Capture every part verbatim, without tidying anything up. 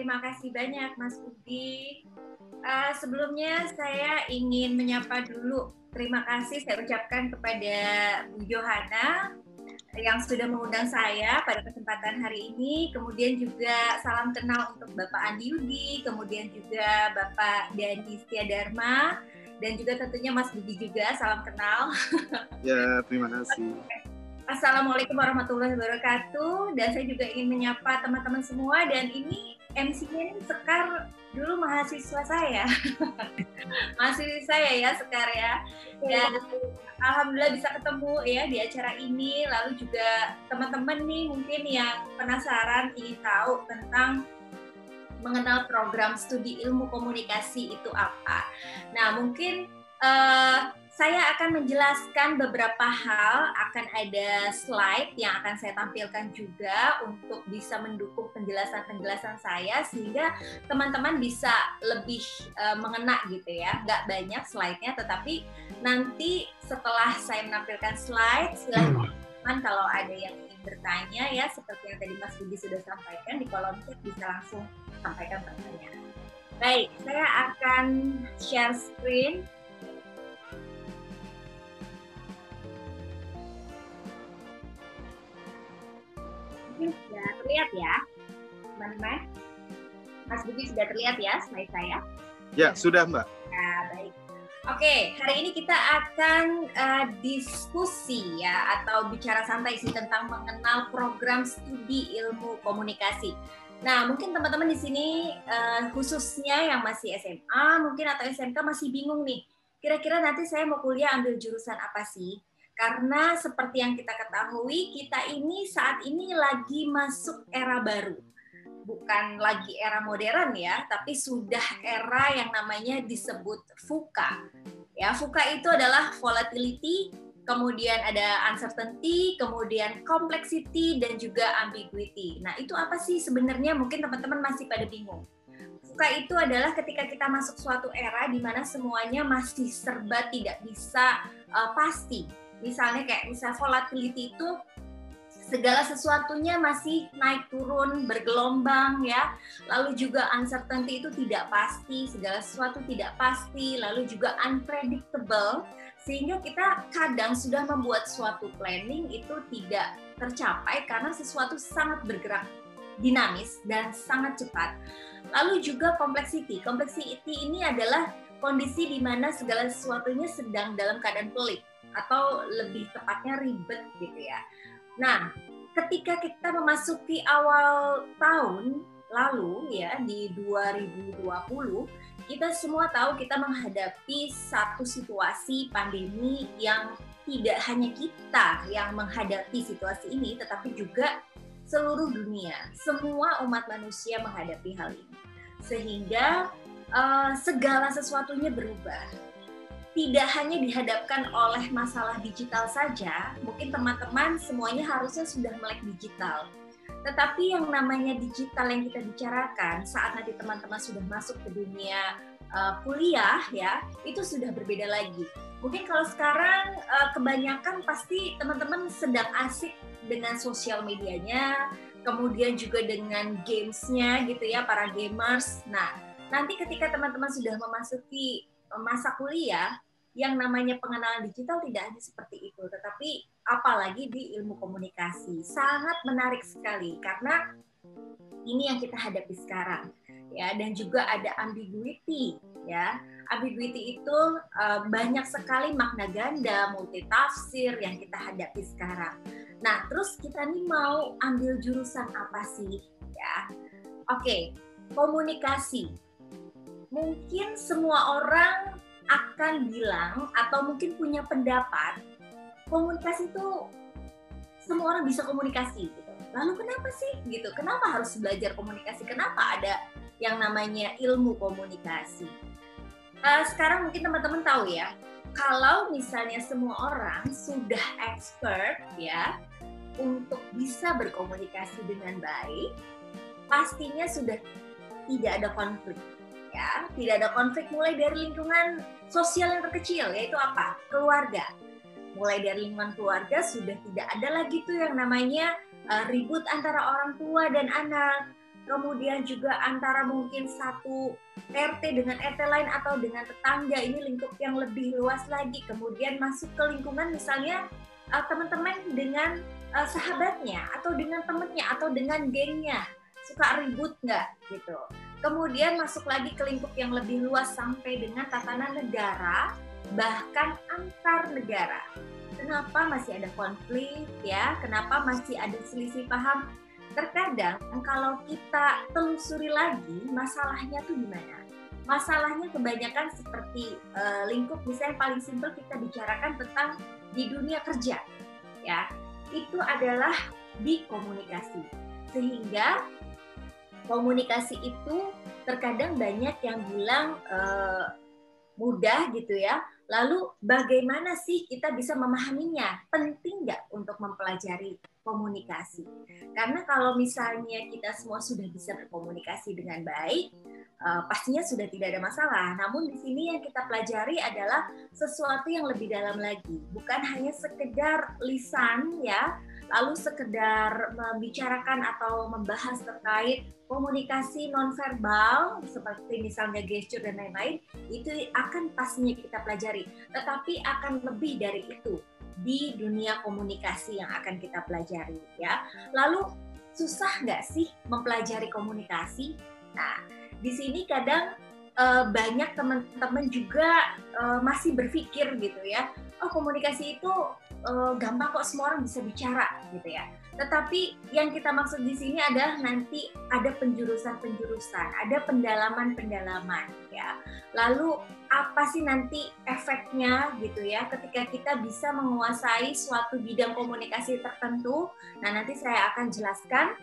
terima kasih banyak Mas Budi. Uh, sebelumnya saya ingin menyapa dulu. Terima kasih saya ucapkan kepada Bu Johana yang sudah mengundang saya pada kesempatan hari ini. Kemudian juga salam kenal untuk Bapak Andi Yudi, kemudian juga Bapak Dani Setiadarma, dan juga tentunya Mas Budi juga, salam kenal. Ya, terima kasih. Assalamualaikum warahmatullahi wabarakatuh. Dan saya juga ingin menyapa teman-teman semua. Dan ini M C-nya ini Sekar dulu mahasiswa saya. mahasiswa saya ya Sekar ya. Dan alhamdulillah bisa ketemu ya di acara ini. Lalu juga teman-teman nih mungkin yang penasaran ingin tahu tentang mengenal program studi ilmu komunikasi itu apa. Nah mungkin uh, saya akan menjelaskan beberapa hal, akan ada slide yang akan saya tampilkan juga untuk bisa mendukung penjelasan-penjelasan saya sehingga teman-teman bisa lebih uh, mengena gitu ya. Nggak banyak slide-nya, tetapi nanti setelah saya menampilkan slide, silakan teman kalau ada yang ingin bertanya ya, seperti yang tadi Mas Budi sudah sampaikan, di kolom chat bisa langsung sampaikan pertanyaan. Baik, saya akan share screen. Mungkin sudah terlihat ya, teman-teman. Mas Budi sudah terlihat ya slide saya? Ya, sudah Mbak. Nah, baik. Oke, hari ini kita akan uh, diskusi ya, atau bicara santai sih tentang mengenal program studi ilmu komunikasi. Nah, mungkin teman-teman di sini uh, khususnya yang masih S M A mungkin atau S M K masih bingung nih, kira-kira nanti saya mau kuliah ambil jurusan apa sih? Karena seperti yang kita ketahui, kita ini saat ini lagi masuk era baru. Bukan lagi era modern ya, tapi sudah era yang namanya disebut VUCA. Ya, VUCA itu adalah volatility, kemudian ada uncertainty, kemudian complexity, dan juga ambiguity. Nah, itu apa sih sebenarnya? Mungkin teman-teman masih pada bingung. VUCA itu adalah ketika kita masuk suatu era di mana semuanya masih serba tidak bisa uh, pasti. Misalnya kayak misal volatility itu segala sesuatunya masih naik turun bergelombang ya. Lalu juga uncertainty itu tidak pasti, segala sesuatu tidak pasti, lalu juga unpredictable sehingga kita kadang sudah membuat suatu planning itu tidak tercapai karena sesuatu sangat bergerak dinamis dan sangat cepat. Lalu juga complexity. Complexity ini adalah kondisi di mana segala sesuatunya sedang dalam keadaan pelik atau lebih tepatnya ribet gitu ya. Nah, ketika kita memasuki awal tahun lalu ya di dua ribu dua puluh, kita semua tahu kita menghadapi satu situasi pandemi yang tidak hanya kita yang menghadapi situasi ini, tetapi juga seluruh dunia, semua umat manusia menghadapi hal ini. Sehingga uh, segala sesuatunya berubah. Tidak hanya dihadapkan oleh masalah digital saja, mungkin teman-teman semuanya harusnya sudah melek digital. Tetapi yang namanya digital yang kita bicarakan saat nanti teman-teman sudah masuk ke dunia uh, kuliah ya, itu sudah berbeda lagi. Mungkin kalau sekarang uh, kebanyakan pasti teman-teman sedang asik dengan sosial medianya, kemudian juga dengan games-nya gitu ya, para gamers. Nah, nanti ketika teman-teman sudah memasuki masa kuliah, yang namanya pengenalan digital tidak hanya seperti itu, tetapi apalagi di ilmu komunikasi. Sangat menarik sekali, karena ini yang kita hadapi sekarang. Ya, dan juga ada ambiguity. Ya, ambiguity itu uh, banyak sekali makna ganda, multitafsir yang kita hadapi sekarang. Nah, terus kita nih mau ambil jurusan apa sih? Ya, oke, komunikasi. Mungkin semua orang akan bilang atau mungkin punya pendapat komunikasi itu semua orang bisa komunikasi gitu. Lalu kenapa sih gitu? Kenapa harus belajar komunikasi? Kenapa ada yang namanya ilmu komunikasi? Uh, sekarang mungkin teman-teman tahu ya, kalau misalnya semua orang sudah expert ya untuk bisa berkomunikasi dengan baik, pastinya sudah tidak ada konflik. Ya, tidak ada konflik mulai dari lingkungan sosial yang terkecil, yaitu apa? Keluarga. Mulai dari lingkungan keluarga sudah tidak ada lagi tuh yang namanya uh, ribut antara orang tua dan anak. kemudian juga antara mungkin satu R T dengan R T lain atau dengan tetangga, ini lingkup yang lebih luas lagi. Kemudian masuk ke lingkungan misalnya uh, teman-teman dengan uh, sahabatnya atau dengan temennya atau dengan gengnya, suka ribut nggak gitu. Kemudian masuk lagi ke lingkup yang lebih luas sampai dengan tatanan negara, bahkan antar negara. Kenapa masih ada konflik ya? Kenapa masih ada selisih paham? Terkadang kalau kita telusuri lagi masalahnya tuh gimana? Masalahnya kebanyakan seperti uh, lingkup misalnya paling simpel kita bicarakan tentang di dunia kerja, ya itu adalah di komunikasi. Sehingga komunikasi itu terkadang banyak yang bilang uh, mudah gitu ya. Lalu bagaimana sih kita bisa memahaminya? Penting nggak untuk mempelajari komunikasi? Karena kalau misalnya kita semua sudah bisa berkomunikasi dengan baik, uh, pastinya sudah tidak ada masalah. Namun di sini yang kita pelajari adalah sesuatu yang lebih dalam lagi, bukan hanya sekedar lisan ya, lalu sekedar membicarakan atau membahas terkait komunikasi nonverbal seperti misalnya gesture dan lain-lain, itu akan pastinya kita pelajari. Tetapi akan lebih dari itu di dunia komunikasi yang akan kita pelajari ya. Lalu susah nggak sih mempelajari komunikasi? Nah, di sini kadang uh, banyak teman-teman juga uh, masih berpikir gitu ya, oh komunikasi itu uh, gampang kok, semua orang bisa bicara gitu ya. Tetapi yang kita maksud di sini adalah nanti ada penjurusan-penjurusan, ada pendalaman-pendalaman ya. Lalu apa sih nanti efeknya gitu ya ketika kita bisa menguasai suatu bidang komunikasi tertentu? Nah, nanti saya akan jelaskan.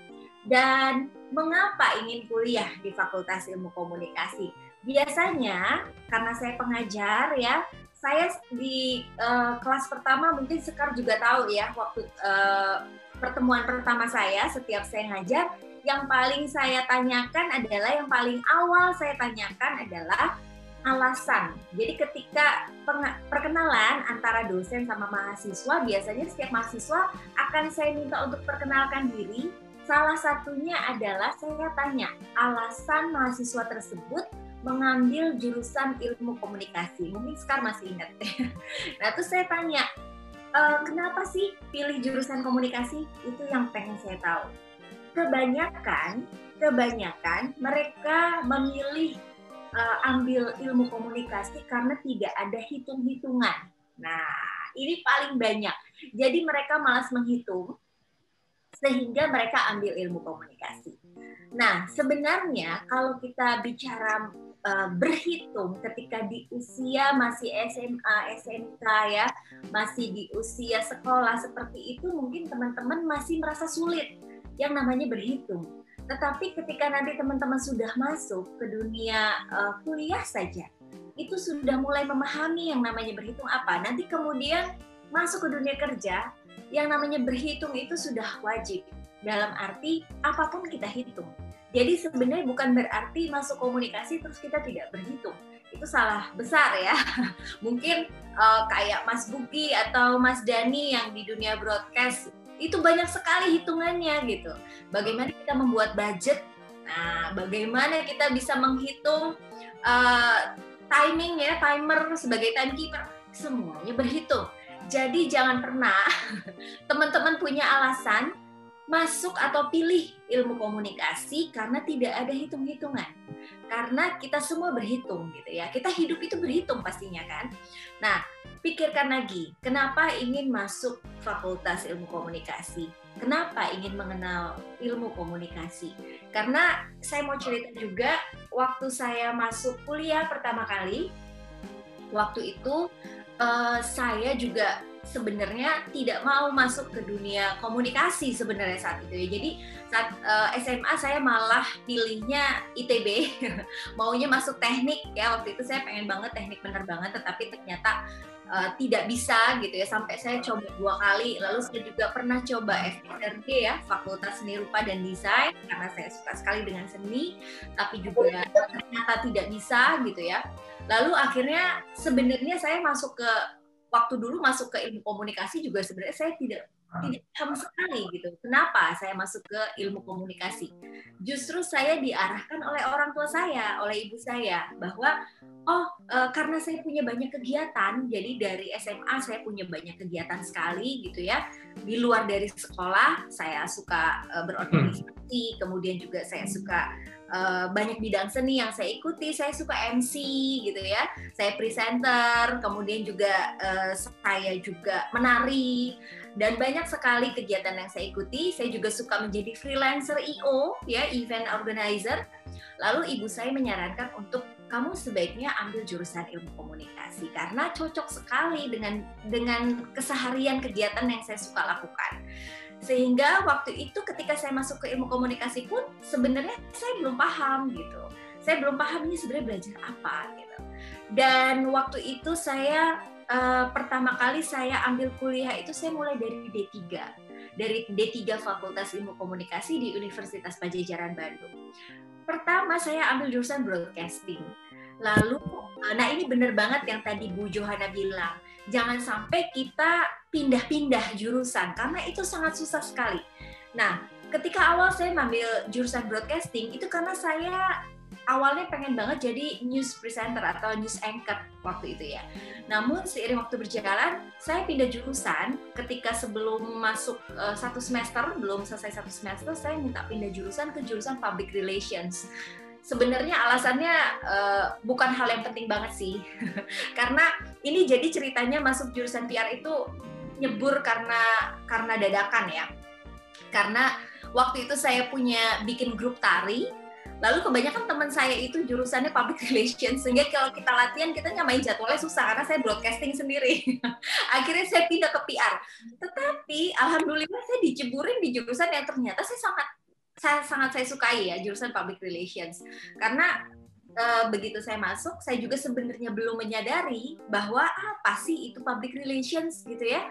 Dan mengapa ingin kuliah di Fakultas Ilmu Komunikasi? Biasanya karena saya pengajar ya, saya di uh, kelas pertama mungkin Sekar juga tahu ya, waktu uh, pertemuan pertama saya setiap saya ngajar, yang paling saya tanyakan adalah, yang paling awal saya tanyakan adalah alasan. Jadi ketika perkenalan antara dosen sama mahasiswa, biasanya setiap mahasiswa akan saya minta untuk perkenalkan diri. Salah satunya adalah saya tanya alasan mahasiswa tersebut mengambil jurusan ilmu komunikasi. Mungkin sekarang masih ingat. Nah, terus saya tanya, e, kenapa sih pilih jurusan komunikasi? Itu yang pengen saya tahu. Kebanyakan, kebanyakan mereka memilih uh, ambil ilmu komunikasi karena tidak ada hitung-hitungan. Nah, ini paling banyak. Jadi mereka malas menghitung, sehingga mereka ambil ilmu komunikasi. Nah, sebenarnya kalau kita bicara uh, berhitung ketika di usia masih S M A, S M K ya, masih di usia sekolah seperti itu, mungkin teman-teman masih merasa sulit yang namanya berhitung. Tetapi ketika nanti teman-teman sudah masuk ke dunia uh, kuliah saja, itu sudah mulai memahami yang namanya berhitung apa. Nanti kemudian masuk ke dunia kerja, yang namanya berhitung itu sudah wajib. Dalam arti apapun kita hitung. Jadi sebenarnya bukan berarti masuk komunikasi terus kita tidak berhitung. Itu salah besar ya. Mungkin uh, kayak Mas Buki atau Mas Dani yang di dunia broadcast, itu banyak sekali hitungannya gitu. Bagaimana kita membuat budget, nah bagaimana kita bisa menghitung uh, timing ya, timer sebagai timekeeper, semuanya berhitung. Jadi jangan pernah teman-teman punya alasan masuk atau pilih ilmu komunikasi karena tidak ada hitung-hitungan. Karena kita semua berhitung gitu ya. Kita hidup itu berhitung pastinya kan. Nah, pikirkan lagi, kenapa ingin masuk Fakultas Ilmu Komunikasi? Kenapa ingin mengenal ilmu komunikasi? Karena saya mau cerita juga, waktu saya masuk kuliah pertama kali, waktu itu uh, saya juga sebenarnya tidak mau masuk ke dunia komunikasi sebenarnya saat itu ya. Jadi saat uh, S M A saya malah pilihnya I T B, maunya masuk teknik ya. Waktu itu saya pengen banget teknik penerbangan, tetapi ternyata uh, tidak bisa gitu ya. Sampai saya coba dua kali, lalu saya juga pernah coba F R D ya, Fakultas Seni Rupa dan Desain, karena saya suka sekali dengan seni, tapi juga ternyata tidak bisa gitu ya. Lalu akhirnya sebenarnya saya masuk ke waktu dulu masuk ke ilmu komunikasi juga sebenarnya saya tidak tidak paham sekali gitu. Kenapa saya masuk ke ilmu komunikasi? Justru saya diarahkan oleh orang tua saya, oleh ibu saya, bahwa oh e, karena saya punya banyak kegiatan, jadi dari S M A saya punya banyak kegiatan sekali gitu ya. Di luar dari sekolah, saya suka e, berorganisasi, hmm. kemudian juga saya suka Uh, banyak bidang seni yang saya ikuti, saya suka M C gitu ya, saya presenter, kemudian juga uh, saya juga menari, dan banyak sekali kegiatan yang saya ikuti. Saya juga suka menjadi freelancer I O ya, event organizer. Lalu ibu saya menyarankan untuk kamu sebaiknya ambil jurusan ilmu komunikasi karena cocok sekali dengan dengan keseharian kegiatan yang saya suka lakukan. Sehingga waktu itu ketika saya masuk ke ilmu komunikasi pun sebenarnya saya belum paham gitu. Saya belum paham ini sebenarnya belajar apa gitu. Dan waktu itu saya uh, pertama kali saya ambil kuliah itu saya mulai dari D tiga. Dari D tiga Fakultas Ilmu Komunikasi di Universitas Padjadjaran Bandung. Pertama saya ambil jurusan broadcasting. Lalu, nah ini benar banget yang tadi Bu Johana bilang, jangan sampai kita pindah-pindah jurusan, karena itu sangat susah sekali. Nah, ketika awal saya mengambil jurusan broadcasting, itu karena saya awalnya pengen banget jadi news presenter atau news anchor waktu itu ya. Namun seiring waktu berjalan, saya pindah jurusan. Ketika sebelum masuk uh, satu semester, belum selesai satu semester, saya minta pindah jurusan ke jurusan public relations. Sebenarnya alasannya uh, bukan hal yang penting banget sih, karena ini jadi ceritanya masuk jurusan P R itu nyebur karena karena dadakan ya. Karena waktu itu saya punya bikin grup tari, lalu kebanyakan teman saya itu jurusannya public relations, sehingga kalau kita latihan kita nyamain jadwalnya susah karena saya broadcasting sendiri. Akhirnya saya pindah ke P R. Tetapi alhamdulillah saya diceburin di jurusan yang ternyata saya sangat saya sangat saya sukai ya, jurusan public relations. Karena e, begitu saya masuk, saya juga sebenarnya belum menyadari bahwa apa sih itu public relations gitu ya.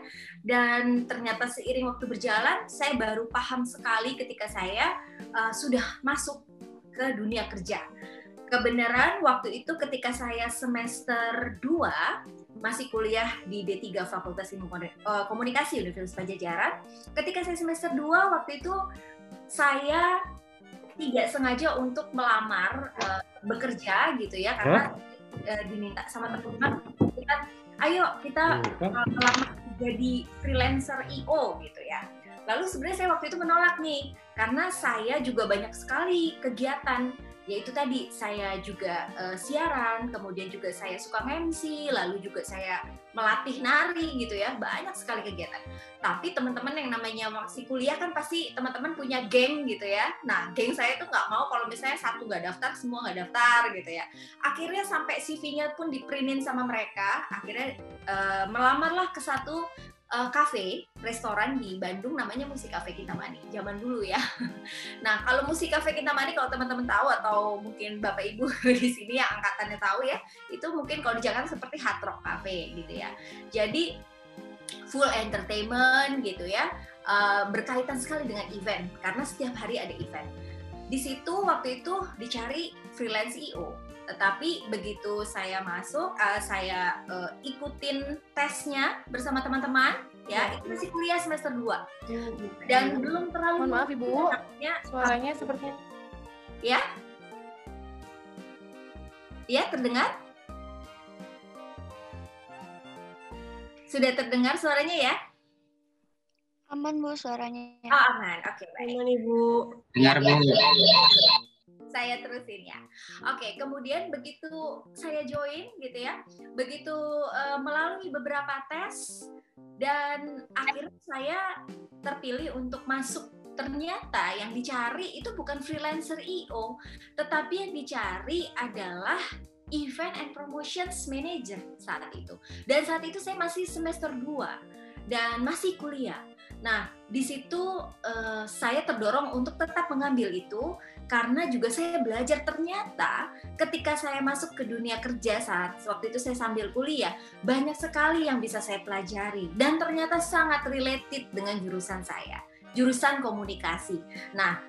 Dan ternyata seiring waktu berjalan, saya baru paham sekali ketika saya e, sudah masuk ke dunia kerja. Kebenaran waktu itu ketika saya semester dua masih kuliah di D tiga Fakultas Ilmu Komunikasi Universitas Padjadjaran. Ketika saya semester dua waktu itu saya tidak sengaja untuk melamar uh, bekerja gitu ya, karena uh, diminta sama teman-teman kita, ayo kita uh, melamar jadi freelancer I O gitu ya. Lalu sebenarnya saya waktu itu menolak nih, karena saya juga banyak sekali kegiatan, yaitu tadi saya juga uh, siaran, kemudian juga saya suka M C, lalu juga saya melatih nari gitu ya, banyak sekali kegiatan. Tapi teman-teman yang namanya masih kuliah kan pasti teman-teman punya geng gitu ya. Nah, geng saya tuh nggak mau kalau misalnya satu nggak daftar, semua nggak daftar gitu ya. Akhirnya sampai C V-nya pun diprintin sama mereka, akhirnya uh, melamarlah ke satu Uh, cafe, restoran di Bandung namanya Musik Cafe Kintamani, zaman dulu ya. Nah, kalau Musik Cafe Kintamani kalau teman-teman tahu atau mungkin Bapak Ibu di sini yang angkatannya tahu ya, itu mungkin kalau di Jakarta seperti Hard Rock Cafe gitu ya. Jadi full entertainment gitu ya, uh, berkaitan sekali dengan event karena setiap hari ada event. Di situ waktu itu dicari freelance I O. Tetapi begitu saya masuk, uh, saya uh, ikutin tesnya bersama teman-teman, ya, itu masih kuliah semester dua. Dan belum terlalu... Mohon maaf Ibu, suaranya sepertinya... Ya? Ya, terdengar? Sudah terdengar suaranya ya? Aman Bu suaranya. Oh, aman, oke. Okay, aman Ibu. Dengar Bu. Saya terusin ya. Oke, kemudian begitu saya join gitu ya, begitu uh, melalui beberapa tes dan akhirnya saya terpilih untuk masuk. Ternyata yang dicari itu bukan freelancer I O, tetapi yang dicari adalah event and promotions manager saat itu. Dan saat itu saya masih semester dua dan masih kuliah. Nah, di situ uh, saya terdorong untuk tetap mengambil itu karena juga saya belajar ternyata ketika saya masuk ke dunia kerja saat waktu itu saya sambil kuliah, banyak sekali yang bisa saya pelajari dan ternyata sangat related dengan jurusan saya, jurusan komunikasi. Nah,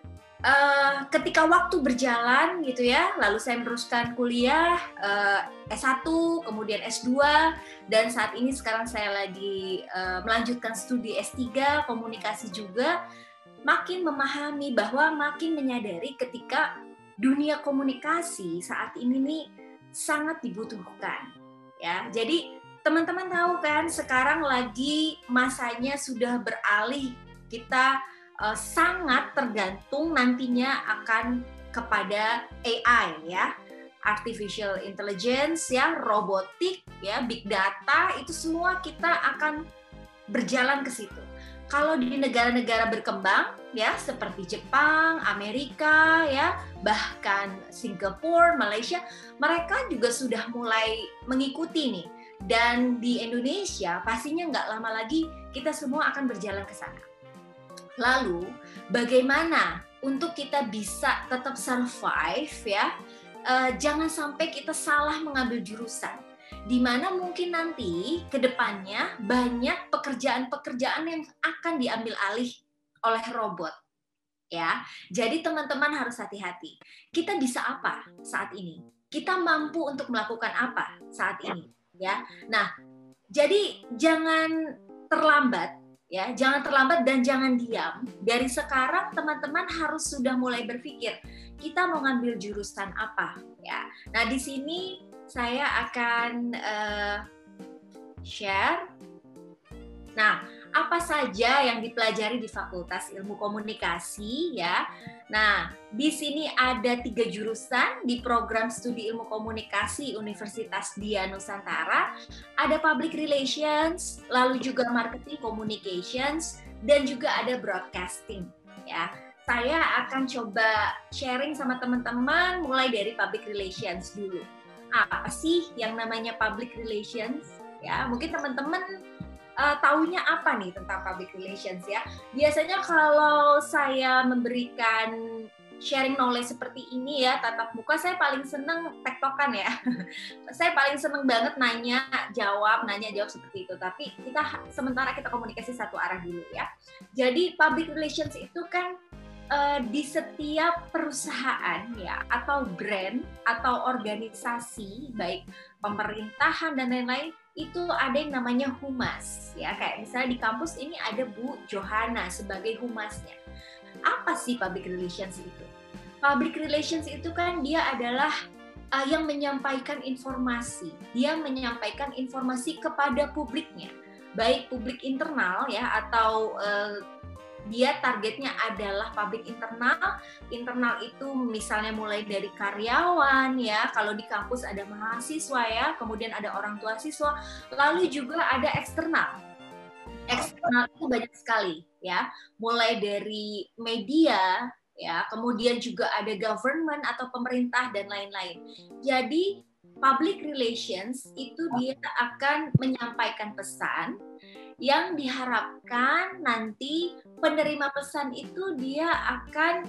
Uh, ketika waktu berjalan gitu ya, lalu saya meneruskan kuliah uh, S satu, kemudian S dua, dan saat ini sekarang saya lagi uh, melanjutkan studi S tiga, komunikasi juga, makin memahami bahwa makin menyadari ketika dunia komunikasi saat ini nih sangat dibutuhkan. Ya, jadi teman-teman tahu kan sekarang lagi masanya sudah beralih, kita Uh, sangat tergantung nantinya akan kepada A I ya, artificial intelligence ya, robotik ya, big data, itu semua kita akan berjalan ke situ. Kalau di negara-negara berkembang ya seperti Jepang, Amerika ya, bahkan Singapura, Malaysia, mereka juga sudah mulai mengikuti nih. Dan di Indonesia pastinya nggak lama lagi kita semua akan berjalan ke sana. Lalu, bagaimana untuk kita bisa tetap survive ya? Uh, jangan sampai kita salah mengambil jurusan, di mana mungkin nanti ke depannya banyak pekerjaan-pekerjaan yang akan diambil alih oleh robot. Ya, jadi teman-teman harus hati-hati. Kita bisa apa saat ini? Kita mampu untuk melakukan apa saat ini? Ya, nah, jadi jangan terlambat. Ya, jangan terlambat dan jangan diam. Dari sekarang teman-teman harus sudah mulai berpikir, kita mau ngambil jurusan apa, ya. Nah, di sini saya akan uh, share. Nah, apa saja yang dipelajari di Fakultas Ilmu Komunikasi, ya. Nah, di sini ada tiga jurusan di program studi Ilmu Komunikasi Universitas Dia Nusantara. Ada Public Relations, lalu juga Marketing Communications, dan juga ada Broadcasting. Ya, saya akan coba sharing sama teman-teman mulai dari Public Relations dulu. Apa sih yang namanya Public Relations? Ya, mungkin teman-teman Uh, taunya apa nih tentang public relations ya? Biasanya kalau saya memberikan sharing knowledge seperti ini ya, tatap muka, saya paling seneng tektokan ya. Saya paling seneng banget nanya jawab, nanya jawab seperti itu. Tapi kita sementara kita komunikasi satu arah dulu ya. Jadi public relations itu kan uh, di setiap perusahaan ya, atau brand atau organisasi baik pemerintahan dan lain-lain, itu ada yang namanya humas ya, kayak misalnya di kampus ini ada Bu Johana sebagai humasnya. Apa sih public relations itu? Public relations itu kan dia adalah uh, yang menyampaikan informasi, dia menyampaikan informasi kepada publiknya, baik publik internal ya atau uh, dia targetnya adalah publik internal. Internal itu misalnya mulai dari karyawan ya, kalau di kampus ada mahasiswa ya, kemudian ada orang tua siswa, lalu juga ada eksternal. Eksternal itu banyak sekali ya, mulai dari media ya, kemudian juga ada government atau pemerintah dan lain-lain. Jadi public relations itu dia akan menyampaikan pesan yang diharapkan nanti penerima pesan itu dia akan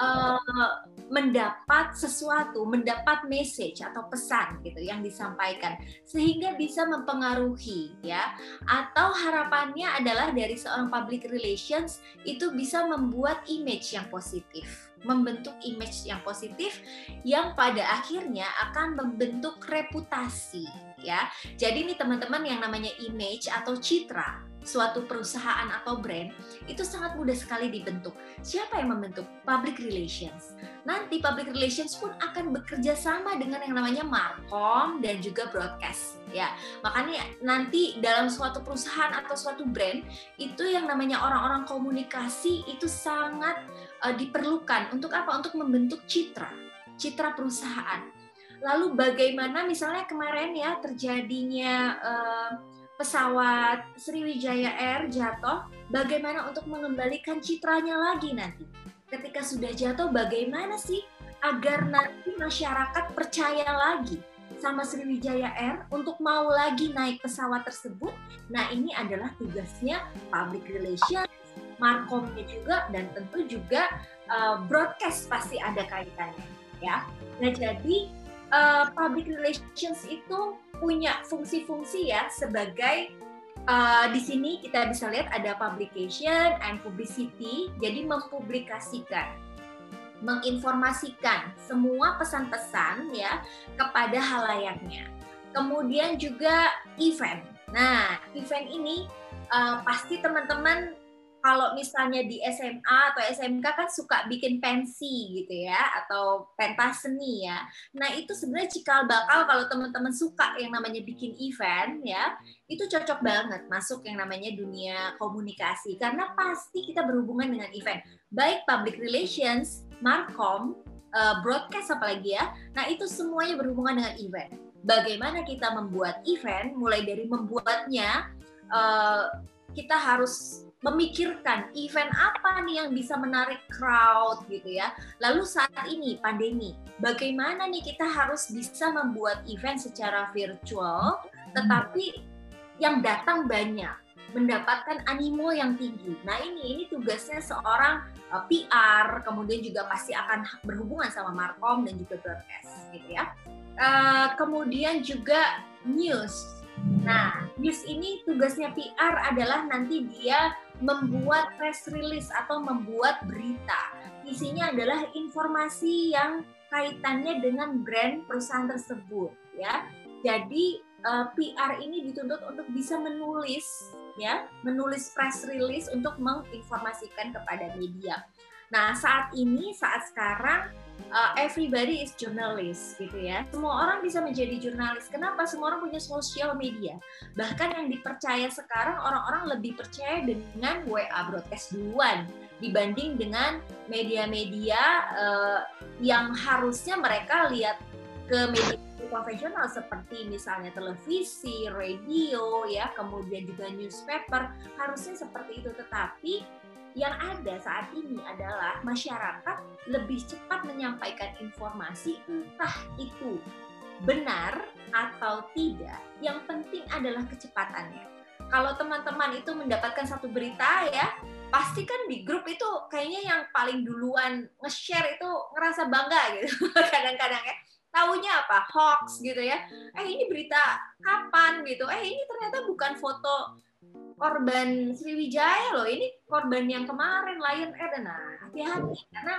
uh, mendapat sesuatu, mendapat message atau pesan gitu yang disampaikan sehingga bisa mempengaruhi ya. Atau harapannya adalah dari seorang public relations itu bisa membuat image yang positif, membentuk image yang positif yang pada akhirnya akan membentuk reputasi ya. Jadi ini teman-teman yang namanya image atau citra suatu perusahaan atau brand itu sangat mudah sekali dibentuk. Siapa yang membentuk? Public relations. Nanti public relations pun akan bekerja sama dengan yang namanya markom dan juga broadcast ya. Makanya nanti dalam suatu perusahaan atau suatu brand itu yang namanya orang-orang komunikasi itu sangat uh, diperlukan untuk apa? Untuk membentuk citra, citra perusahaan. Lalu bagaimana misalnya kemarin ya terjadinya uh, pesawat Sriwijaya Air jatuh, bagaimana untuk mengembalikan citranya lagi nanti? Ketika sudah jatuh, bagaimana sih agar nanti masyarakat percaya lagi sama Sriwijaya Air untuk mau lagi naik pesawat tersebut? Nah, ini adalah tugasnya public relations, markomnya juga, dan tentu juga uh, broadcast pasti ada kaitannya, ya. Nah, jadi uh, public relations itu punya fungsi-fungsi ya sebagai uh, di sini kita bisa lihat ada publication and publicity, jadi mempublikasikan. menginformasikan semua pesan-pesan ya kepada halayaknya. Kemudian juga event. Nah, event ini uh, pasti teman-teman kalau misalnya di S M A atau S M K kan suka bikin pensi gitu ya, atau pentas seni ya. Nah itu sebenarnya cikal bakal kalau teman-teman suka yang namanya bikin event ya, itu cocok banget masuk yang namanya dunia komunikasi. Karena pasti kita berhubungan dengan event. Baik public relations, markom, broadcast apalagi ya. Nah itu semuanya berhubungan dengan event. Bagaimana kita membuat event, mulai dari membuatnya, kita harus memikirkan event apa nih yang bisa menarik crowd gitu ya. Lalu saat ini pandemi, bagaimana nih kita harus bisa membuat event secara virtual, tetapi yang datang banyak, mendapatkan animo yang tinggi. Nah ini ini tugasnya seorang uh, P R, kemudian juga pasti akan berhubungan sama markom dan juga broadcast gitu ya. Uh, kemudian juga news. Nah, news ini tugasnya P R adalah nanti dia membuat press release atau membuat berita. Isinya adalah informasi yang kaitannya dengan brand perusahaan tersebut, ya. Jadi uh, P R ini dituntut untuk bisa menulis, ya, menulis press release untuk menginformasikan kepada media. Nah, saat ini, saat sekarang Uh, everybody is journalist gitu ya. Semua orang bisa menjadi jurnalis. Kenapa? Semua orang punya sosial media. Bahkan yang dipercaya sekarang orang-orang lebih percaya dengan W A broadcast duluan dibanding dengan media-media uh, yang harusnya mereka lihat ke media konvensional seperti misalnya televisi, radio ya, kemudian juga newspaper. Harusnya seperti itu, tetapi yang ada saat ini adalah masyarakat lebih cepat menyampaikan informasi, entah itu benar atau tidak. Yang penting adalah kecepatannya. Kalau teman-teman itu mendapatkan satu berita ya, pasti kan di grup itu kayaknya yang paling duluan nge-share itu ngerasa bangga gitu. Kadang-kadang ya. Taunya apa? Hoax gitu ya. Eh ini berita kapan gitu. Eh ini ternyata bukan foto korban Sriwijaya loh, ini korban yang kemarin Lion Air. Nah, hati-hati karena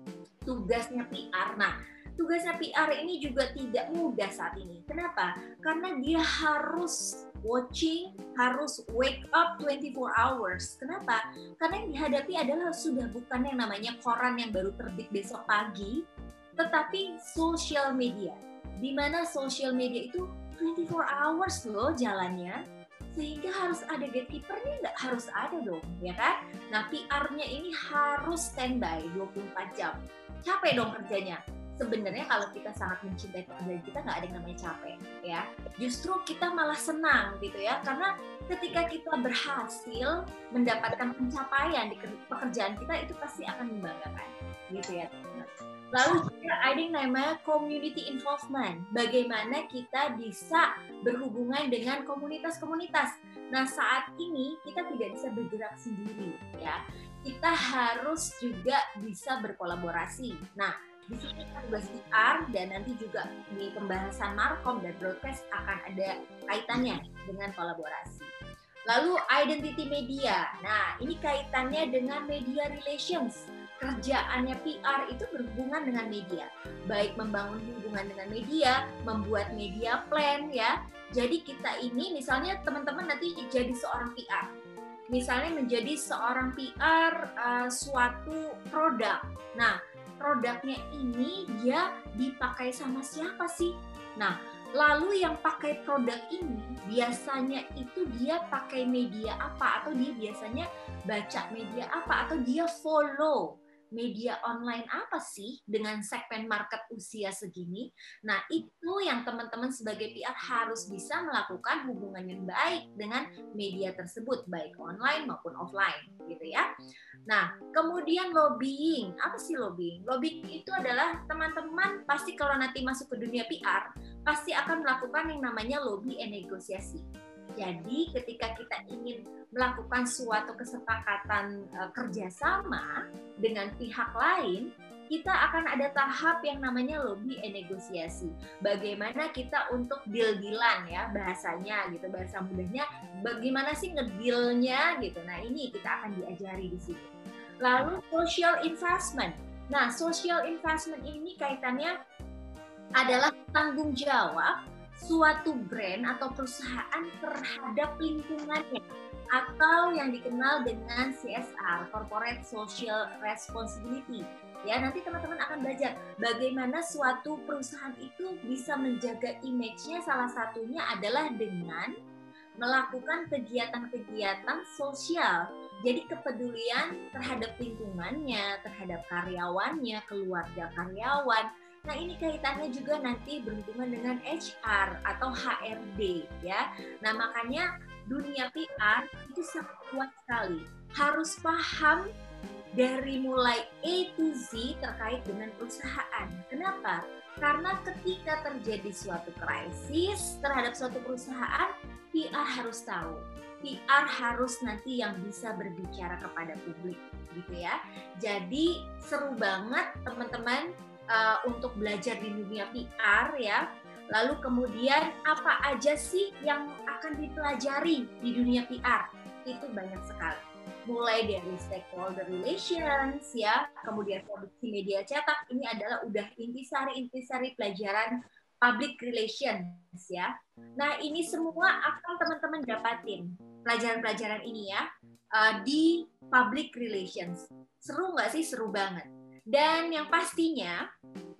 tugasnya P R. Nah, tugasnya P R ini juga tidak mudah saat ini. Kenapa? Karena dia harus watching, harus wake up twenty-four hours. Kenapa? Karena yang dihadapi adalah sudah bukan yang namanya koran yang baru terbit besok pagi, tetapi social media. Di mana social media itu twenty-four hours loh jalannya. Sehingga harus ada gatekeeper-nya, nggak harus ada dong, ya kan? Nah, P R-nya ini harus standby dua puluh empat jam. Capek dong kerjanya. Sebenarnya kalau kita sangat mencintai pekerjaan kita, nggak ada yang namanya capek, ya. Justru kita malah senang, gitu ya. Karena ketika kita berhasil mendapatkan pencapaian di pekerjaan kita, itu pasti akan membanggakan, gitu ya. Lalu juga ada yang namanya community involvement. Bagaimana kita bisa berhubungan dengan komunitas-komunitas. Nah, saat ini kita tidak bisa bergerak sendiri, ya. Kita harus juga bisa berkolaborasi. Nah, di sini tugas P R dan nanti juga di pembahasan markom dan broadcast akan ada kaitannya dengan kolaborasi. Lalu identity media. Nah, ini kaitannya dengan media relations. Kerjaannya P R itu berhubungan dengan media, baik membangun hubungan dengan media, membuat media plan ya. Jadi kita ini misalnya teman-teman nanti jadi seorang P R, misalnya menjadi seorang P R uh, suatu produk. Nah, produknya ini dia dipakai sama siapa sih? Nah, lalu yang pakai produk ini biasanya itu dia pakai media apa, atau dia biasanya baca media apa, atau dia follow media online apa sih dengan segmen market usia segini. Nah, itu yang teman-teman sebagai P R harus bisa melakukan hubungan yang baik dengan media tersebut, baik online maupun offline, gitu ya. Nah, kemudian lobbying. Apa sih lobbying? Lobbying itu adalah teman-teman pasti kalau nanti masuk ke dunia P R, pasti akan melakukan yang namanya lobby and negosiasi. Jadi ketika kita ingin melakukan suatu kesepakatan uh, kerjasama dengan pihak lain, kita akan ada tahap yang namanya lobby and negosiasi. Bagaimana kita untuk deal-dealan ya bahasanya gitu, bahasa mudahnya bagaimana sih ngedealnya gitu. Nah ini kita akan diajari di sini. Lalu social investment. Nah, social investment ini kaitannya adalah tanggung jawab suatu brand atau perusahaan terhadap lingkungannya, atau yang dikenal dengan C S R, Corporate Social Responsibility. Ya, nanti teman-teman akan belajar bagaimana suatu perusahaan itu bisa menjaga image-nya. Salah satunya adalah dengan melakukan kegiatan-kegiatan sosial. Jadi kepedulian terhadap lingkungannya, terhadap karyawannya, keluarga karyawan. Nah, ini kaitannya juga nanti berhubungan dengan H R atau H R D ya. Nah, makanya dunia P R itu sangat kuat sekali. Harus paham dari mulai A to Z terkait dengan perusahaan. Kenapa? Karena ketika terjadi suatu krisis terhadap suatu perusahaan, P R harus tahu. P R harus nanti yang bisa berbicara kepada publik, gitu ya. Jadi seru banget teman-teman uh, untuk belajar di dunia P R ya. Lalu kemudian apa aja sih yang akan dipelajari di dunia P R? Itu banyak sekali. Mulai dari stakeholder relations ya, kemudian produksi media cetak, ini adalah udah intisari-intisari pelajaran public relations ya. Nah, ini semua akan teman-teman dapatin pelajaran-pelajaran ini ya di public relations. Seru nggak sih? Seru banget. Dan yang pastinya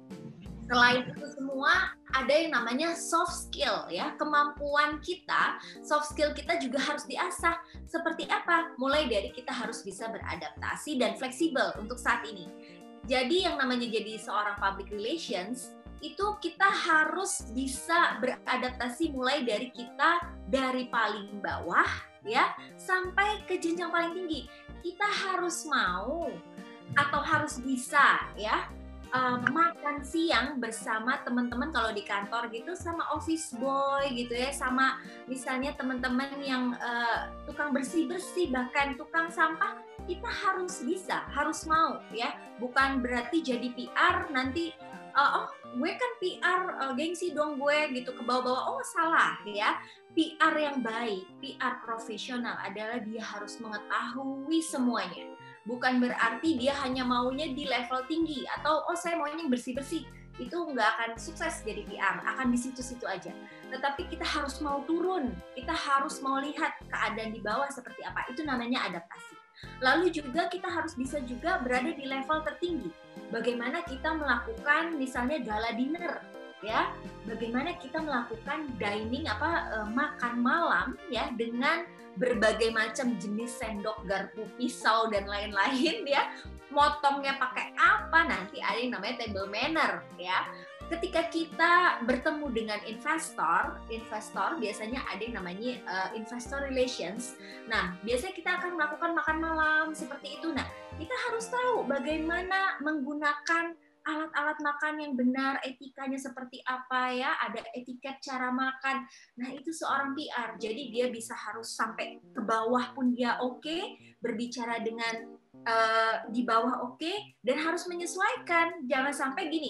selain itu semua ada yang namanya soft skill ya, kemampuan kita, soft skill kita juga harus diasah. Seperti apa? Mulai dari kita harus bisa beradaptasi dan fleksibel untuk saat ini. Jadi yang namanya jadi seorang public relations itu kita harus bisa beradaptasi mulai dari kita dari paling bawah ya sampai ke jenjang paling tinggi. Kita harus mau atau harus bisa ya Uh, makan siang bersama teman-teman kalau di kantor gitu, sama office boy gitu ya, sama misalnya teman-teman yang uh, tukang bersih-bersih, bahkan tukang sampah, kita harus bisa, harus mau ya. Bukan berarti jadi P R nanti uh, oh gue kan P R uh, gengsi dong gue gitu ke bawah-bawah. Oh salah ya. P R yang baik, P R profesional adalah dia harus mengetahui semuanya. Bukan berarti dia hanya maunya di level tinggi atau oh saya maunya yang bersih-bersih. Itu nggak akan sukses jadi P R, akan di situ-situ aja. Tetapi kita harus mau turun, kita harus mau lihat keadaan di bawah seperti apa. Itu namanya adaptasi. Lalu juga kita harus bisa juga berada di level tertinggi. Bagaimana kita melakukan misalnya gala dinner, ya? Bagaimana kita melakukan dining apa eh, makan malam ya dengan berbagai macam jenis sendok, garpu, pisau dan lain-lain ya. Motongnya pakai apa, nanti ada yang namanya table manner ya. Ketika kita bertemu dengan investor, investor biasanya ada yang namanya uh, investor relations. Nah, biasanya kita akan melakukan makan malam seperti itu. Nah, kita harus tahu bagaimana menggunakan alat-alat makan yang benar, etikanya seperti apa ya, ada etiket cara makan. Nah, itu seorang P R. Jadi dia bisa harus sampai ke bawah pun dia oke, okay, berbicara dengan uh, di bawah oke, okay, dan harus menyesuaikan. Jangan sampai gini,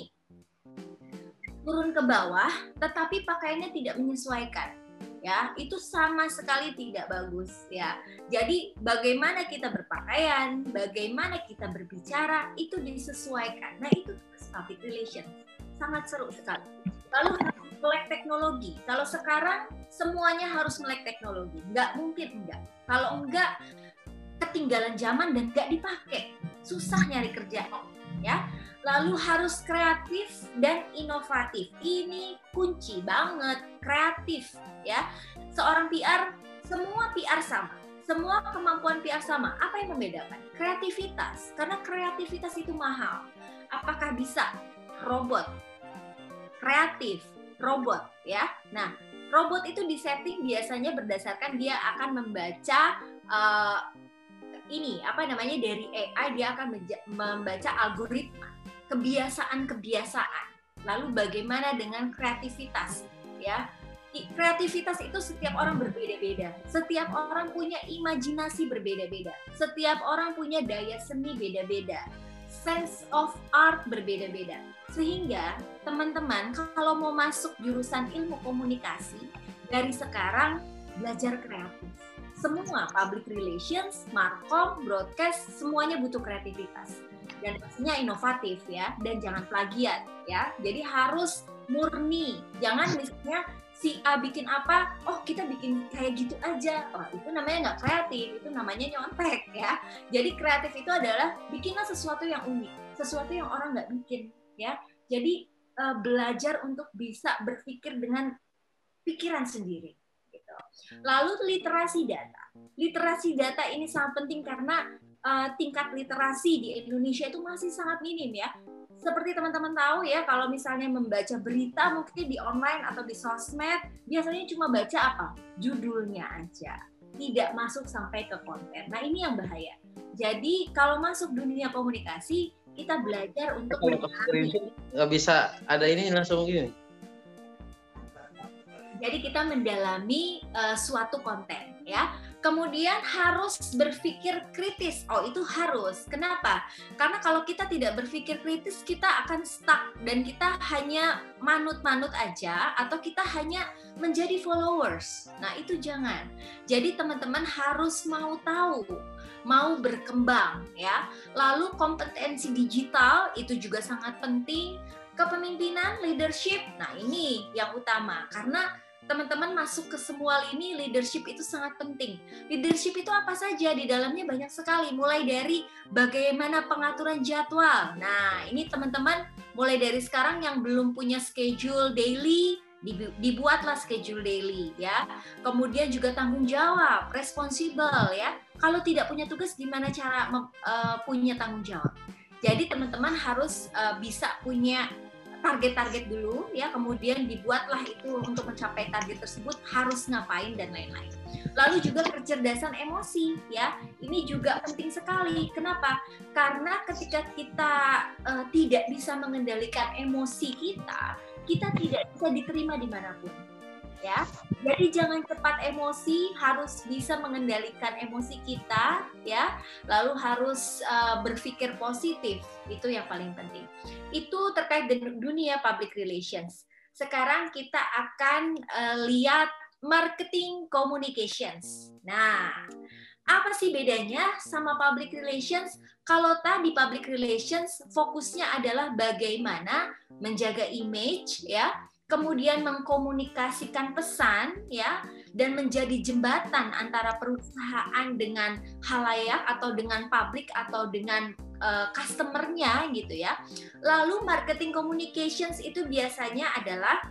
turun ke bawah, tetapi pakaiannya tidak menyesuaikan. Ya, itu sama sekali tidak bagus ya. Jadi bagaimana kita berpakaian, bagaimana kita berbicara itu disesuaikan. Nah, itu public relations. Sangat seru sekali. Lalu melek teknologi. Kalau sekarang semuanya harus melek teknologi. Nggak mungkin enggak. Kalau enggak ketinggalan zaman dan nggak dipakai. Susah nyari kerja ya. Lalu harus kreatif dan inovatif. Ini kunci banget, kreatif ya. Seorang P R, semua P R sama. Semua kemampuan P R sama. Apa yang membedakan? Kreativitas. Karena kreativitas itu mahal. Apakah bisa robot? Kreatif, robot ya. Nah, robot itu disetting biasanya berdasarkan dia akan membaca uh, ini apa namanya dari A I, dia akan membaca algoritma. Kebiasaan-kebiasaan. Lalu bagaimana dengan kreativitas? Ya, kreativitas itu setiap orang berbeda-beda. Setiap orang punya imajinasi berbeda-beda. Setiap orang punya daya seni beda-beda. Sense of art berbeda-beda. Sehingga teman-teman kalau mau masuk jurusan ilmu komunikasi, dari sekarang belajar kreatif. Semua public relations, markom, broadcast, semuanya butuh kreativitas. dan pastinya inovatif ya, dan jangan plagiat ya. Jadi harus murni, jangan misalnya si A bikin apa, oh kita bikin kayak gitu aja, oh itu namanya nggak kreatif, itu namanya nyontek ya. Jadi kreatif itu adalah bikinlah sesuatu yang unik, sesuatu yang orang nggak bikin ya. Jadi uh, belajar untuk bisa berpikir dengan pikiran sendiri. Gitu. Lalu literasi data, literasi data ini sangat penting karena uh, tingkat literasi di Indonesia itu masih sangat minim ya. Seperti teman-teman tahu ya, kalau misalnya membaca berita mungkin di online atau di sosmed, biasanya cuma baca apa? Judulnya aja. Tidak masuk sampai ke konten. Nah ini yang bahaya. Jadi kalau masuk dunia komunikasi, kita belajar untuk mendalami. Nggak bisa ada ini langsung gini. Jadi kita mendalami uh, suatu konten ya. Kemudian harus berpikir kritis. Oh, itu harus. Kenapa? Karena kalau kita tidak berpikir kritis, kita akan stuck dan kita hanya manut-manut aja atau kita hanya menjadi followers. Nah, itu jangan. Jadi teman-teman harus mau tahu, mau berkembang ya. Lalu kompetensi digital itu juga sangat penting. Kepemimpinan, leadership. Nah, ini yang utama karena teman-teman masuk ke semua lini, leadership itu sangat penting. Leadership itu apa saja? Di dalamnya banyak sekali, mulai dari bagaimana pengaturan jadwal. Nah, ini teman-teman mulai dari sekarang yang belum punya schedule daily, dibuatlah schedule daily ya. Kemudian juga tanggung jawab, responsible ya. Kalau tidak punya tugas, gimana cara uh, punya tanggung jawab? Jadi teman-teman harus uh, bisa punya target-target dulu ya, kemudian dibuatlah itu untuk mencapai target tersebut harus ngapain dan lain-lain. Lalu juga kecerdasan emosi ya, ini juga penting sekali. Kenapa? Karena ketika kita uh, tidak bisa mengendalikan emosi kita, kita tidak bisa diterima dimanapun. Ya, jadi jangan cepat emosi, harus bisa mengendalikan emosi kita, ya. Lalu harus uh, berpikir positif, itu yang paling penting. Itu terkait dengan dunia public relations. Sekarang kita akan uh, lihat marketing communications. Nah, apa sih bedanya sama public relations? Kalau tadi public relations fokusnya adalah bagaimana menjaga image, ya. Kemudian mengkomunikasikan pesan ya dan menjadi jembatan antara perusahaan dengan halayak atau dengan publik atau dengan uh, customer-nya gitu ya. Lalu marketing communications itu biasanya adalah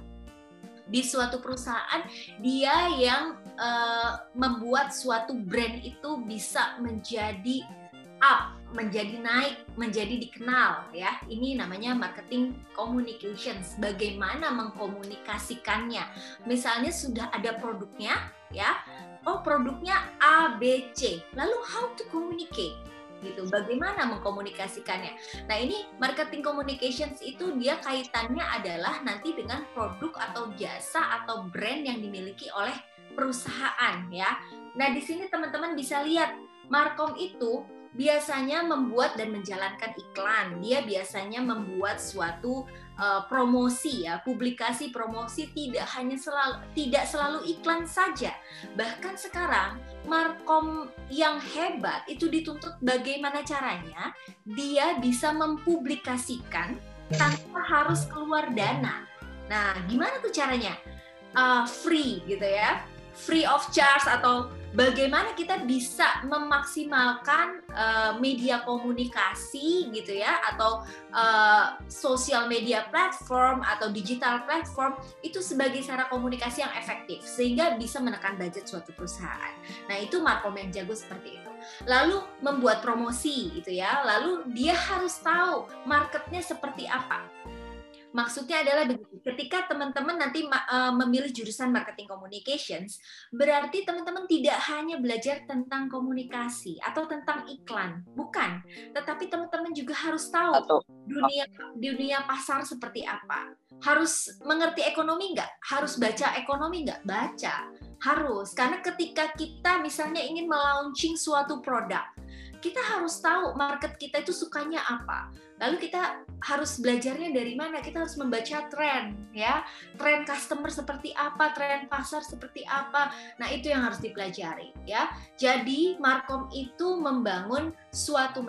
di suatu perusahaan dia yang uh, membuat suatu brand itu bisa menjadi up, menjadi naik, menjadi dikenal ya. Ini namanya marketing communications. Bagaimana mengkomunikasikannya? Misalnya sudah ada produknya ya. Oh, produknya A B C. Lalu how to communicate? Gitu. Bagaimana mengkomunikasikannya? Nah, ini marketing communications itu dia kaitannya adalah nanti dengan produk atau jasa atau brand yang dimiliki oleh perusahaan ya. Nah, di sini teman-teman bisa lihat Markom itu biasanya membuat dan menjalankan iklan. Dia biasanya membuat suatu uh, promosi ya, publikasi promosi tidak hanya selalu tidak selalu iklan saja. Bahkan sekarang Markom yang hebat itu dituntut bagaimana caranya dia bisa mempublikasikan tanpa harus keluar dana. Nah, gimana tuh caranya? Uh, free gitu ya. Free of charge atau bagaimana kita bisa memaksimalkan uh, media komunikasi gitu ya atau uh, sosial media platform atau digital platform itu sebagai cara komunikasi yang efektif sehingga bisa menekan budget suatu perusahaan. Nah, itu Markom yang jago seperti itu. Lalu membuat promosi gitu ya. Lalu dia harus tahu marketnya seperti apa. Maksudnya adalah begitu, ketika teman-teman nanti uh, memilih jurusan marketing communications, berarti teman-teman tidak hanya belajar tentang komunikasi atau tentang iklan, bukan. Tetapi teman-teman juga harus tahu dunia dunia pasar seperti apa. Harus mengerti ekonomi nggak? Harus baca ekonomi nggak? Baca. Harus, karena ketika kita misalnya ingin melaunching suatu produk, kita harus tahu market kita itu sukanya apa. Lalu kita harus belajarnya dari mana? Kita harus membaca tren, ya. Tren customer seperti apa, tren pasar seperti apa. Nah, itu yang harus dipelajari, ya. Jadi, Markom itu membangun suatu merek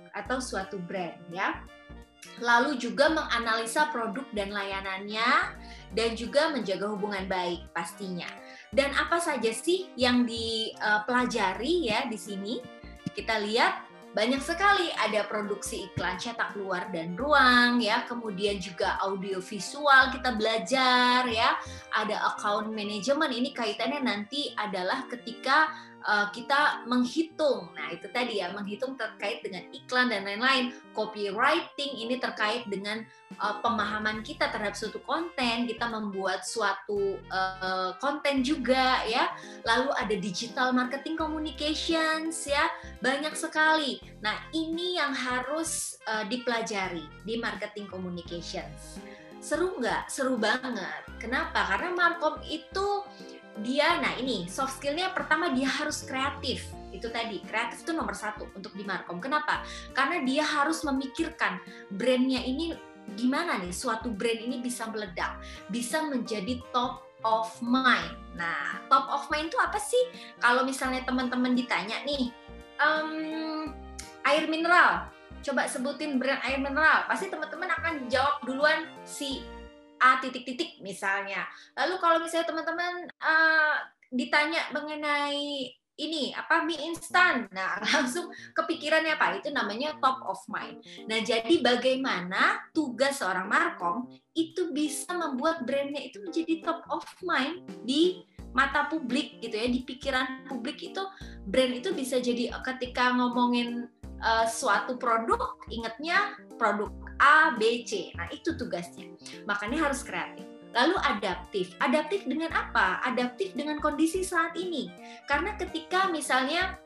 atau suatu brand ya. Lalu juga menganalisa produk dan layanannya dan juga menjaga hubungan baik pastinya. Dan apa saja sih yang dipelajari ya di sini? Kita lihat banyak sekali, ada produksi iklan cetak luar dan ruang ya, kemudian juga audio visual kita belajar ya, ada account management, ini kaitannya nanti adalah ketika uh, kita menghitung. Nah, itu tadi ya, menghitung terkait dengan iklan dan lain-lain. Copywriting ini terkait dengan uh, pemahaman kita terhadap suatu konten, kita membuat suatu uh, konten juga ya. Lalu ada digital marketing communications ya, banyak sekali. Nah, ini yang harus uh, dipelajari di marketing communications. Seru nggak? Seru banget. Kenapa? Karena Markom itu dia, nah ini soft skillnya pertama dia harus kreatif. Itu tadi, kreatif itu nomor satu untuk di Markom. Kenapa? Karena dia harus memikirkan brandnya ini gimana nih, suatu brand ini bisa meledak, bisa menjadi top of mind. Nah, top of mind itu apa sih? Kalau misalnya teman-teman ditanya nih, um, air mineral, coba sebutin brand air mineral, pasti teman-teman akan jawab duluan si A titik-titik misalnya. Lalu kalau misalnya teman-teman uh, ditanya mengenai ini apa mie instan, nah langsung kepikirannya apa? Itu namanya top of mind. Nah, jadi bagaimana tugas seorang Markom itu bisa membuat brandnya itu menjadi top of mind di mata publik gitu ya, di pikiran publik itu brand itu bisa jadi ketika ngomongin uh, suatu produk, ingatnya produk A, B, C. Nah, itu tugasnya. Makanya harus kreatif. Lalu adaptif. Adaptif dengan apa? Adaptif dengan kondisi saat ini. Karena ketika misalnya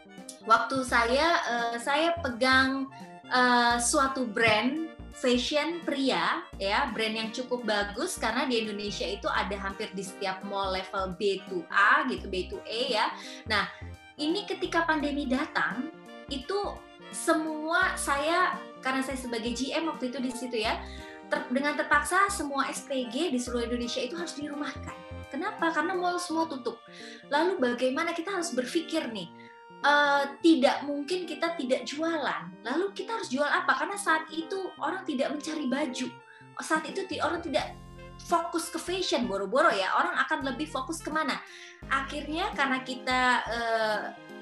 waktu saya uh, saya pegang uh, suatu brand fashion pria ya, brand yang cukup bagus karena di Indonesia itu ada hampir di setiap mall level B dua A gitu, B dua E ya. Nah, ini ketika pandemi datang itu semua saya, karena saya sebagai G M waktu itu di situ ya, ter, dengan terpaksa semua S P G di seluruh Indonesia itu harus dirumahkan. Kenapa? Karena mall semua tutup. Lalu bagaimana kita harus berpikir nih, uh, tidak mungkin kita tidak jualan. Lalu kita harus jual apa? Karena saat itu orang tidak mencari baju. Saat itu orang tidak fokus ke fashion, boro-boro ya. Orang akan lebih fokus kemana? Akhirnya karena kita uh,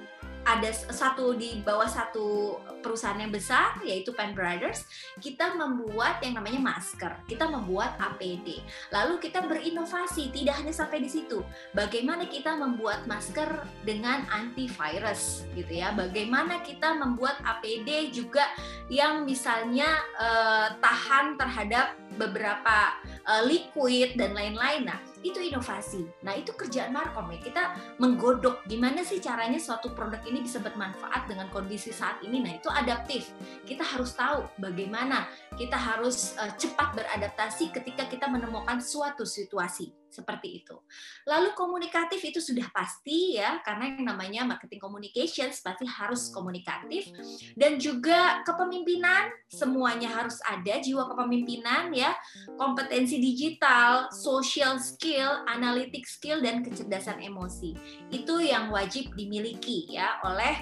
ada satu di bawah satu perusahaan yang besar yaitu Penn Brothers, kita membuat yang namanya masker, kita membuat A P D. Lalu kita berinovasi, tidak hanya sampai di situ. Bagaimana kita membuat masker dengan antivirus gitu ya. Bagaimana kita membuat A P D juga yang misalnya eh, tahan terhadap beberapa uh, liquid dan lain-lain. Nah, itu inovasi. Nah, itu kerjaan Markom ya. Kita menggodok gimana sih caranya suatu produk ini bisa bermanfaat dengan kondisi saat ini. Nah, itu adaptif. Kita harus tahu bagaimana kita harus uh, cepat beradaptasi ketika kita menemukan suatu situasi seperti itu. Lalu komunikatif itu sudah pasti ya, karena yang namanya marketing communications pasti harus komunikatif, dan juga kepemimpinan semuanya harus ada, jiwa kepemimpinan ya, kompetensi digital, social skill, analytic skill, dan kecerdasan emosi. Itu yang wajib dimiliki ya oleh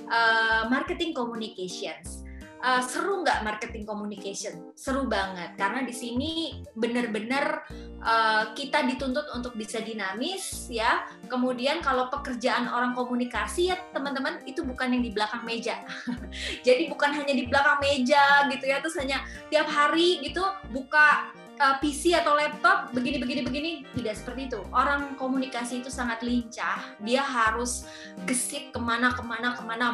uh, marketing communications. Uh, seru nggak marketing communication? Seru banget karena di sini benar-benar uh, kita dituntut untuk bisa dinamis ya. Kemudian kalau pekerjaan orang komunikasi ya teman-teman, itu bukan yang di belakang meja. Jadi bukan hanya di belakang meja gitu ya, terus hanya tiap hari gitu buka P C atau laptop begini begini begini, tidak seperti itu. Orang komunikasi itu sangat lincah, dia harus gesit kemana kemana kemana,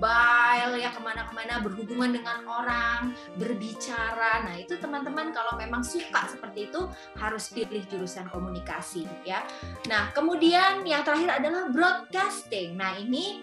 mobile ya, kemana kemana, berhubungan dengan orang, berbicara. Nah, itu teman-teman kalau memang suka seperti itu harus pilih jurusan komunikasi ya. Nah, kemudian yang terakhir adalah broadcasting. Nah, ini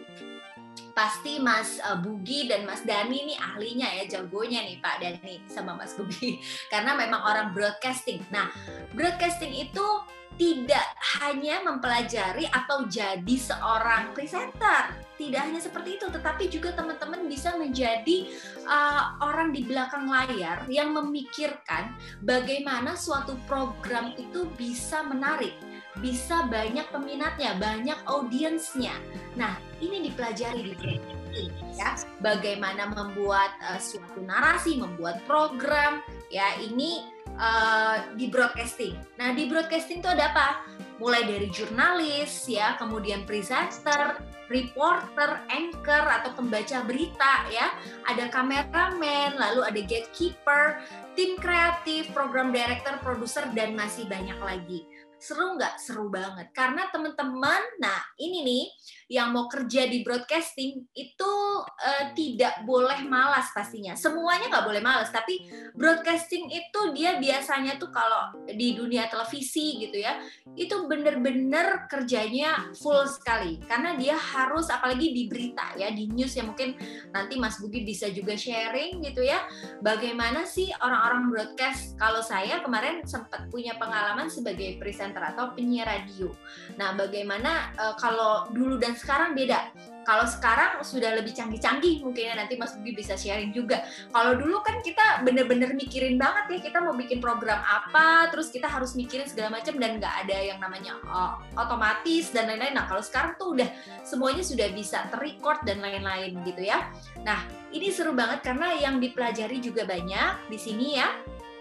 pasti Mas Bugi dan Mas Dani nih ahlinya ya, jagonya nih Pak Dani sama Mas Bugi, karena memang orang broadcasting. Nah, broadcasting itu tidak hanya mempelajari atau jadi seorang presenter, tidak hanya seperti itu, tetapi juga teman-teman bisa menjadi uh, orang di belakang layar yang memikirkan bagaimana suatu program itu bisa menarik, bisa banyak peminatnya, banyak audiensnya. Nah, ini dipelajari di sini. broadcasting ya. Bagaimana membuat uh, suatu narasi, membuat program ya, ini uh, di broadcasting. Nah, di broadcasting itu ada apa? Mulai dari jurnalis ya, kemudian presenter, reporter, anchor atau pembaca berita ya, ada kameramen, lalu ada gatekeeper, tim kreatif, program director, produser, dan masih banyak lagi. Seru nggak? Seru banget. Karena teman-teman, nah ini nih, yang mau kerja di broadcasting itu uh, tidak boleh malas pastinya. Semuanya nggak boleh malas, tapi broadcasting itu dia biasanya tuh kalau di dunia televisi gitu ya, itu bener-bener kerjanya full sekali. Karena dia harus, apalagi di berita ya, di news ya, mungkin nanti Mas Bugi bisa juga sharing gitu ya, bagaimana sih orang-orang broadcast. Kalau saya kemarin sempat punya pengalaman sebagai presenter atau penyiar radio. Nah, bagaimana uh, kalau dulu dan sekarang beda. Kalau sekarang sudah lebih canggih-canggih, mungkin ya, nanti Mas Bugi bisa sharing juga. Kalau dulu kan kita bener-bener mikirin banget ya, kita mau bikin program apa, terus kita harus mikirin segala macam dan nggak ada yang namanya uh, otomatis dan lain-lain. Nah, kalau sekarang tuh udah semuanya sudah bisa ter-record dan lain-lain gitu ya. Nah, ini seru banget karena yang dipelajari juga banyak di sini ya.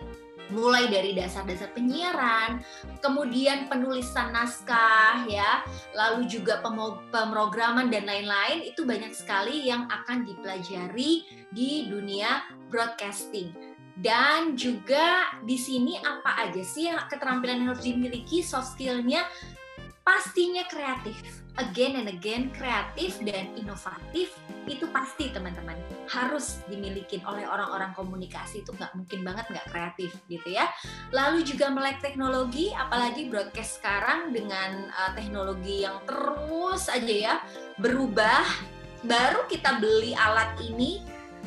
Mulai dari dasar-dasar penyiaran, kemudian penulisan naskah ya, lalu juga pemrograman dan lain-lain, itu banyak sekali yang akan dipelajari di dunia broadcasting. Dan juga di sini apa aja sih yang keterampilan yang harus dimiliki, soft skill-nya? Pastinya kreatif, again and again, kreatif dan inovatif itu pasti teman-teman harus dimiliki oleh orang-orang komunikasi. Itu nggak mungkin banget nggak kreatif gitu ya. Lalu juga melek teknologi, apalagi broadcast sekarang dengan uh, teknologi yang terus aja ya berubah. Baru kita beli alat ini,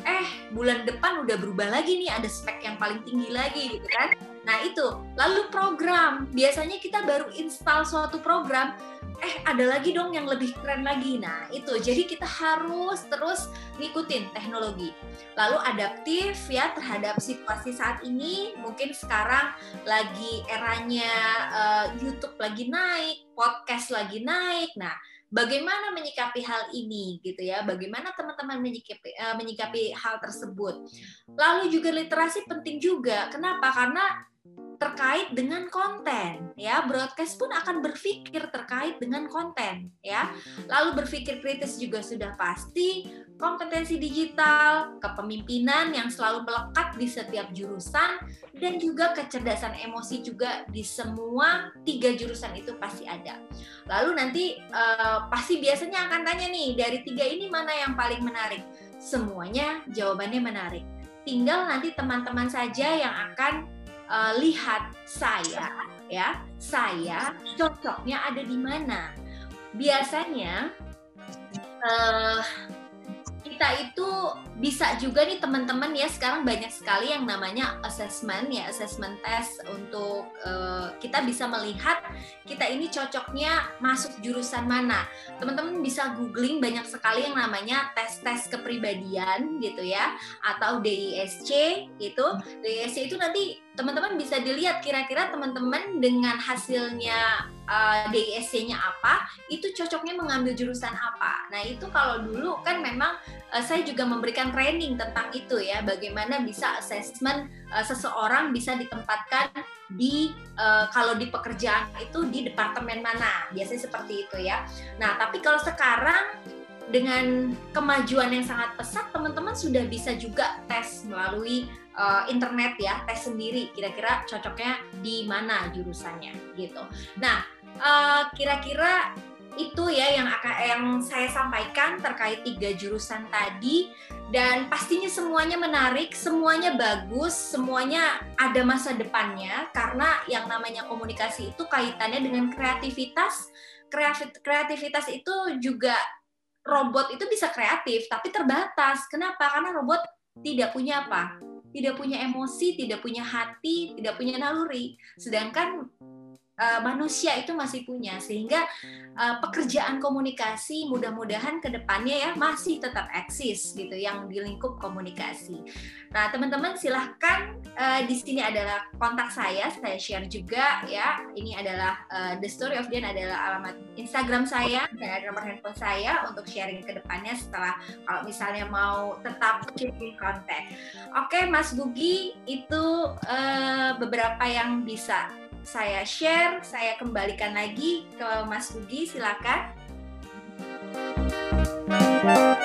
eh bulan depan udah berubah lagi nih, ada spek yang paling tinggi lagi gitu kan. Nah itu, lalu program, biasanya kita baru install suatu program, eh ada lagi dong yang lebih keren lagi. Nah itu, jadi kita harus terus ngikutin teknologi. Lalu adaptif ya terhadap situasi saat ini, mungkin sekarang lagi eranya uh, YouTube lagi naik, podcast lagi naik. Nah, bagaimana menyikapi hal ini gitu ya? Bagaimana teman-teman menyikapi, uh, menyikapi hal tersebut? Lalu juga literasi penting juga. Kenapa? Karena terkait dengan konten ya, broadcast pun akan berpikir terkait dengan konten ya. Lalu berpikir kritis juga sudah pasti, kompetensi digital, kepemimpinan yang selalu melekat di setiap jurusan, dan juga kecerdasan emosi juga di semua tiga jurusan itu pasti ada. Lalu nanti uh, pasti biasanya akan tanya nih, dari tiga ini mana yang paling menarik? Semuanya jawabannya menarik. Tinggal nanti teman-teman saja yang akan Uh, lihat saya ya, saya cocoknya ada di mana. Biasanya uh, kita itu bisa juga nih teman-teman ya, sekarang banyak sekali yang namanya assessment ya, assessment test untuk uh, kita bisa melihat kita ini cocoknya masuk jurusan mana. Teman-teman bisa googling, banyak sekali yang namanya tes-tes kepribadian gitu ya, atau D I S C gitu. D I S C itu nanti teman-teman bisa dilihat kira-kira teman-teman dengan hasilnya uh, D I S C-nya apa, itu cocoknya mengambil jurusan apa. Nah itu kalau dulu kan memang uh, saya juga memberikan training tentang itu ya, bagaimana bisa assessment uh, seseorang bisa ditempatkan di uh, kalau di pekerjaan itu di departemen mana, biasanya seperti itu ya. Nah tapi kalau sekarang dengan kemajuan yang sangat pesat, teman-teman sudah bisa juga tes melalui uh, internet ya, tes sendiri kira-kira cocoknya di mana jurusannya gitu. Nah, uh, kira-kira itu ya yang akan yang saya sampaikan terkait tiga jurusan tadi, dan pastinya semuanya menarik, semuanya bagus, semuanya ada masa depannya, karena yang namanya komunikasi itu kaitannya dengan kreativitas. Kreativitas itu juga, robot itu bisa kreatif, tapi terbatas. Kenapa? Karena robot tidak punya apa? Tidak punya emosi, tidak punya hati, tidak punya naluri. Sedangkan uh, manusia itu masih punya, sehingga uh, pekerjaan komunikasi mudah-mudahan ke depannya ya masih tetap eksis gitu yang di lingkup komunikasi. Nah, teman-teman silahkan, uh, di sini adalah kontak saya, saya share juga ya. Ini adalah uh, The Story of Dian adalah alamat Instagram saya dan ada nomor handphone saya untuk sharing ke depannya setelah kalau misalnya mau tetap keep in contact. Oke, Mas Bugi, itu uh, beberapa yang bisa saya share. Saya kembalikan lagi ke Mas Bugi, silakan.